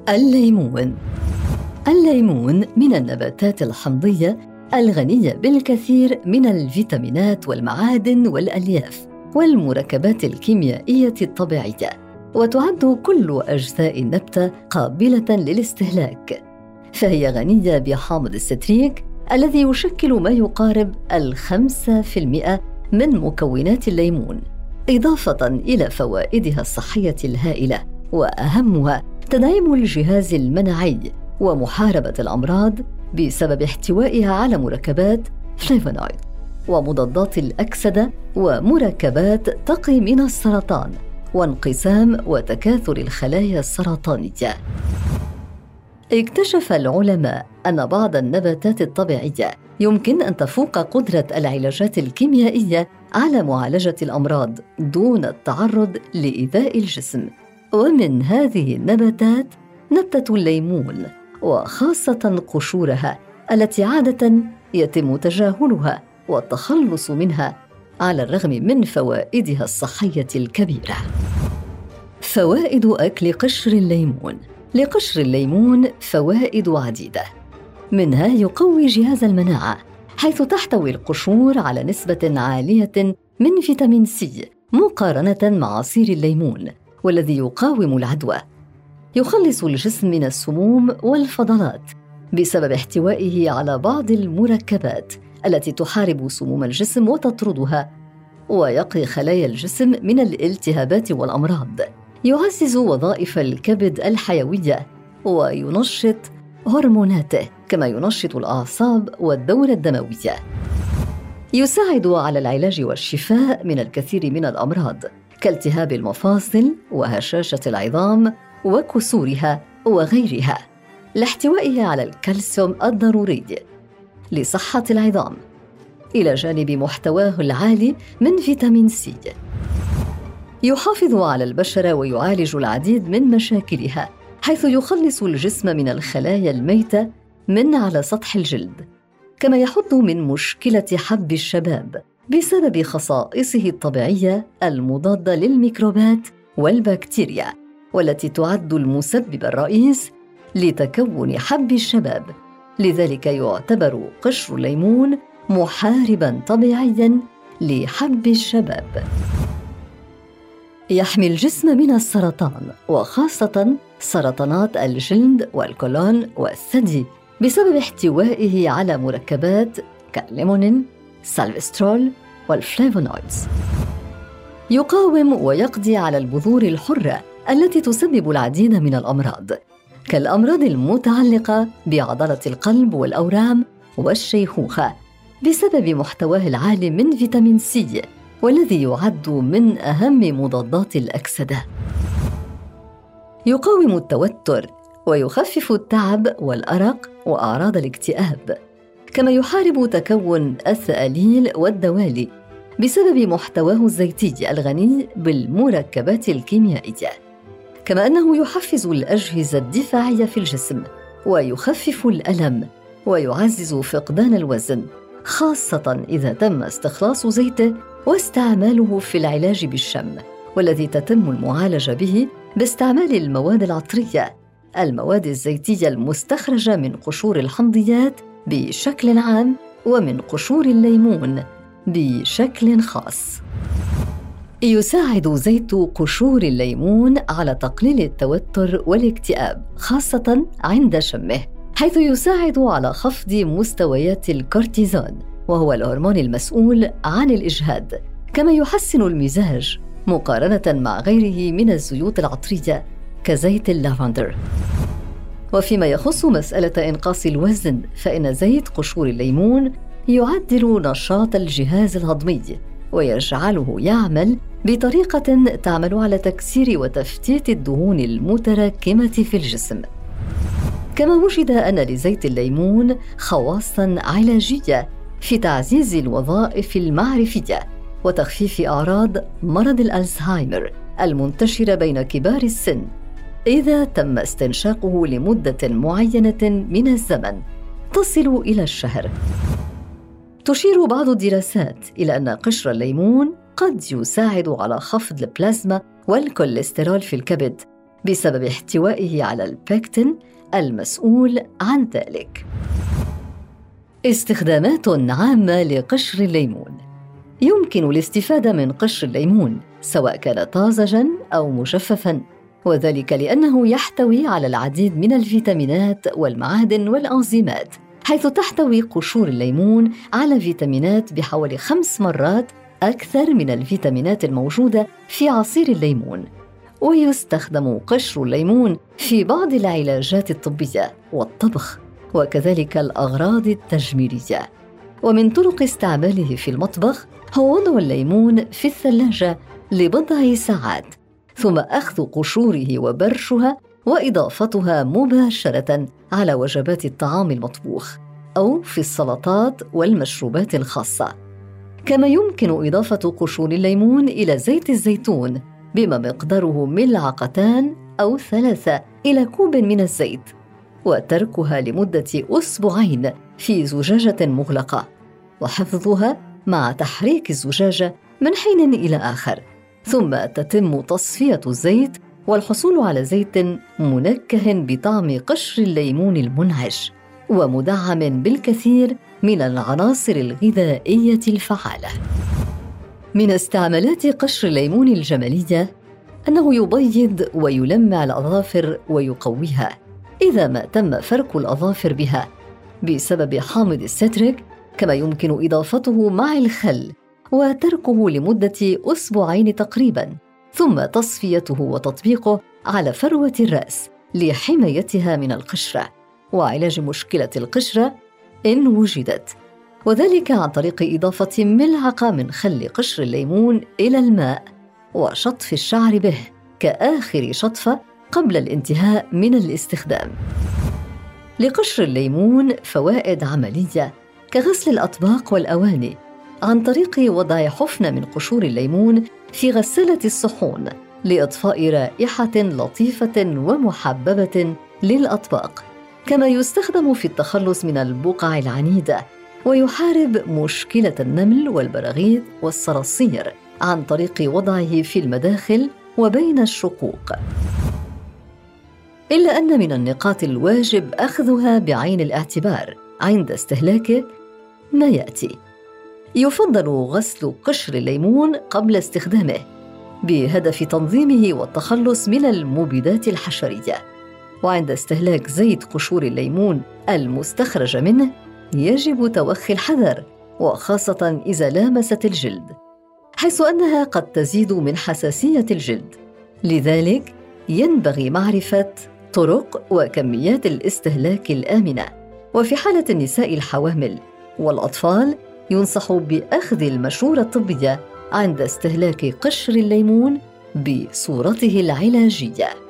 الليمون. الليمون من النباتات الحمضية الغنية بالكثير من الفيتامينات والمعادن والألياف والمركبات الكيميائية الطبيعية، وتعد كل أجزاء النبتة قابلة للاستهلاك، فهي غنية بحامض الستريك الذي يشكل ما يقارب 5% من مكونات الليمون، إضافة إلى فوائدها الصحية الهائلة، وأهمها تدعيم الجهاز المناعي ومحاربة الأمراض بسبب احتوائها على مركبات فلافونويد ومضادات الأكسدة ومركبات تقي من السرطان وانقسام وتكاثر الخلايا السرطانية. اكتشف العلماء أن بعض النباتات الطبيعية يمكن أن تفوق قدرة العلاجات الكيميائية على معالجة الأمراض دون التعرض لإيذاء الجسم، ومن هذه النباتات نبتة الليمون، وخاصة قشورها التي عادة يتم تجاهلها والتخلص منها على الرغم من فوائدها الصحية الكبيرة. فوائد أكل قشر الليمون. لقشر الليمون فوائد عديدة، منها يقوي جهاز المناعة، حيث تحتوي القشور على نسبة عالية من فيتامين سي مقارنة مع عصير الليمون، والذي يقاوم العدوى. يخلص الجسم من السموم والفضلات بسبب احتوائه على بعض المركبات التي تحارب سموم الجسم وتطردها، ويقي خلايا الجسم من الالتهابات والأمراض. يعزز وظائف الكبد الحيوية وينشط هرموناته، كما ينشط الأعصاب والدورة الدموية. يساعد على العلاج والشفاء من الكثير من الأمراض كالتهاب المفاصل وهشاشة العظام وكسورها وغيرها، لاحتوائه على الكالسيوم الضروري لصحة العظام، إلى جانب محتواه العالي من فيتامين سي. يحافظ على البشرة ويعالج العديد من مشاكلها، حيث يخلص الجسم من الخلايا الميتة من على سطح الجلد، كما يحد من مشكلة حب الشباب بسبب خصائصه الطبيعية المضادة للميكروبات والبكتيريا، والتي تعد المسبب الرئيس لتكون حب الشباب. لذلك يعتبر قشر الليمون محارباً طبيعياً لحب الشباب. يحمي الجسم من السرطان، وخاصة سرطانات الجلد والكولون والثدي، بسبب احتوائه على مركبات كالليمونين، سالفسترول والفلافونويدز. يقاوم ويقضي على البذور الحرة التي تسبب العديد من الأمراض، كالأمراض المتعلقة بعضلة القلب والأورام والشيخوخة، بسبب محتواه العالي من فيتامين سي، والذي يعد من أهم مضادات الأكسدة. يقاوم التوتر ويخفف التعب والأرق وأعراض الاكتئاب، كما يحارب تكون الثأليل والدوالي بسبب محتواه الزيتي الغني بالمركبات الكيميائية، كما أنه يحفز الأجهزة الدفاعية في الجسم ويخفف الألم ويعزز فقدان الوزن، خاصة إذا تم استخلاص زيته واستعماله في العلاج بالشم، والذي تتم المعالجة به باستعمال المواد العطرية، المواد الزيتية المستخرجة من قشور الحمضيات بشكل عام ومن قشور الليمون بشكل خاص. يساعد زيت قشور الليمون على تقليل التوتر والاكتئاب، خاصة عند شمه، حيث يساعد على خفض مستويات الكورتيزون، وهو الهرمون المسؤول عن الإجهاد، كما يحسن المزاج مقارنة مع غيره من الزيوت العطرية كزيت اللافندر. وفيما يخص مسألة إنقاص الوزن، فإن زيت قشور الليمون يعدل نشاط الجهاز الهضمي ويجعله يعمل بطريقة تعمل على تكسير وتفتيت الدهون المتراكمة في الجسم. كما وجد أن لزيت الليمون خواصاً علاجية في تعزيز الوظائف المعرفية وتخفيف أعراض مرض الألزهايمر المنتشرة بين كبار السن إذا تم استنشاقه لمدة معينة من الزمن تصل إلى الشهر. تشير بعض الدراسات إلى أن قشر الليمون قد يساعد على خفض البلازما والكوليسترول في الكبد، بسبب احتوائه على البيكتين المسؤول عن ذلك. استخدامات عامة لقشر الليمون. يمكن الاستفادة من قشر الليمون سواء كان طازجاً أو مجففاً، وذلك لأنه يحتوي على العديد من الفيتامينات والمعادن والأنزيمات، حيث تحتوي قشور الليمون على فيتامينات بحوالي 5 مرات أكثر من الفيتامينات الموجودة في عصير الليمون. ويستخدم قشر الليمون في بعض العلاجات الطبية والطبخ، وكذلك الأغراض التجميلية. ومن طرق استعماله في المطبخ هو وضع الليمون في الثلاجة لبضع ساعات، ثم أخذ قشوره وبرشها وإضافتها مباشرة على وجبات الطعام المطبوخ أو في السلطات والمشروبات الخاصة. كما يمكن إضافة قشور الليمون إلى زيت الزيتون بما مقداره 2 ملعقة أو 3 إلى كوب من الزيت، وتركها لمدة 2 أسبوع في زجاجة مغلقة، وحفظها مع تحريك الزجاجة من حين إلى آخر، ثم تتم تصفية الزيت والحصول على زيت منكه بطعم قشر الليمون المنعش ومدعم بالكثير من العناصر الغذائية الفعالة. من استعمالات قشر الليمون الجمالية أنه يبيض ويلمع الأظافر ويقويها إذا ما تم فرك الأظافر بها بسبب حامض الستريك. كما يمكن إضافته مع الخل وتركه لمدة 2 أسبوع تقريباً، ثم تصفيته وتطبيقه على فروة الرأس لحمايتها من القشرة وعلاج مشكلة القشرة إن وجدت، وذلك عن طريق إضافة 1 ملعقة من خل قشر الليمون إلى الماء وشطف الشعر به كآخر شطفة قبل الانتهاء من الاستخدام. لقشر الليمون فوائد عملية كغسل الأطباق والأواني عن طريق وضع حفنة من قشور الليمون في غسالة الصحون لإضفاء رائحة لطيفة ومحببة للأطباق. كما يستخدم في التخلص من البقع العنيدة ويحارب مشكلة النمل والبراغيث والصراصير عن طريق وضعه في المداخل وبين الشقوق. إلا أن من النقاط الواجب أخذها بعين الاعتبار عند استهلاكه ما يأتي: يفضل غسل قشر الليمون قبل استخدامه بهدف تنظيمه والتخلص من المبيدات الحشرية. وعند استهلاك زيت قشور الليمون المستخرج منه يجب توخي الحذر، وخاصة إذا لامست الجلد، حيث أنها قد تزيد من حساسية الجلد. لذلك ينبغي معرفة طرق وكميات الاستهلاك الآمنة. وفي حالة النساء الحوامل والأطفال ينصح بأخذ المشورة الطبية عند استهلاك قشر الليمون بصورته العلاجية.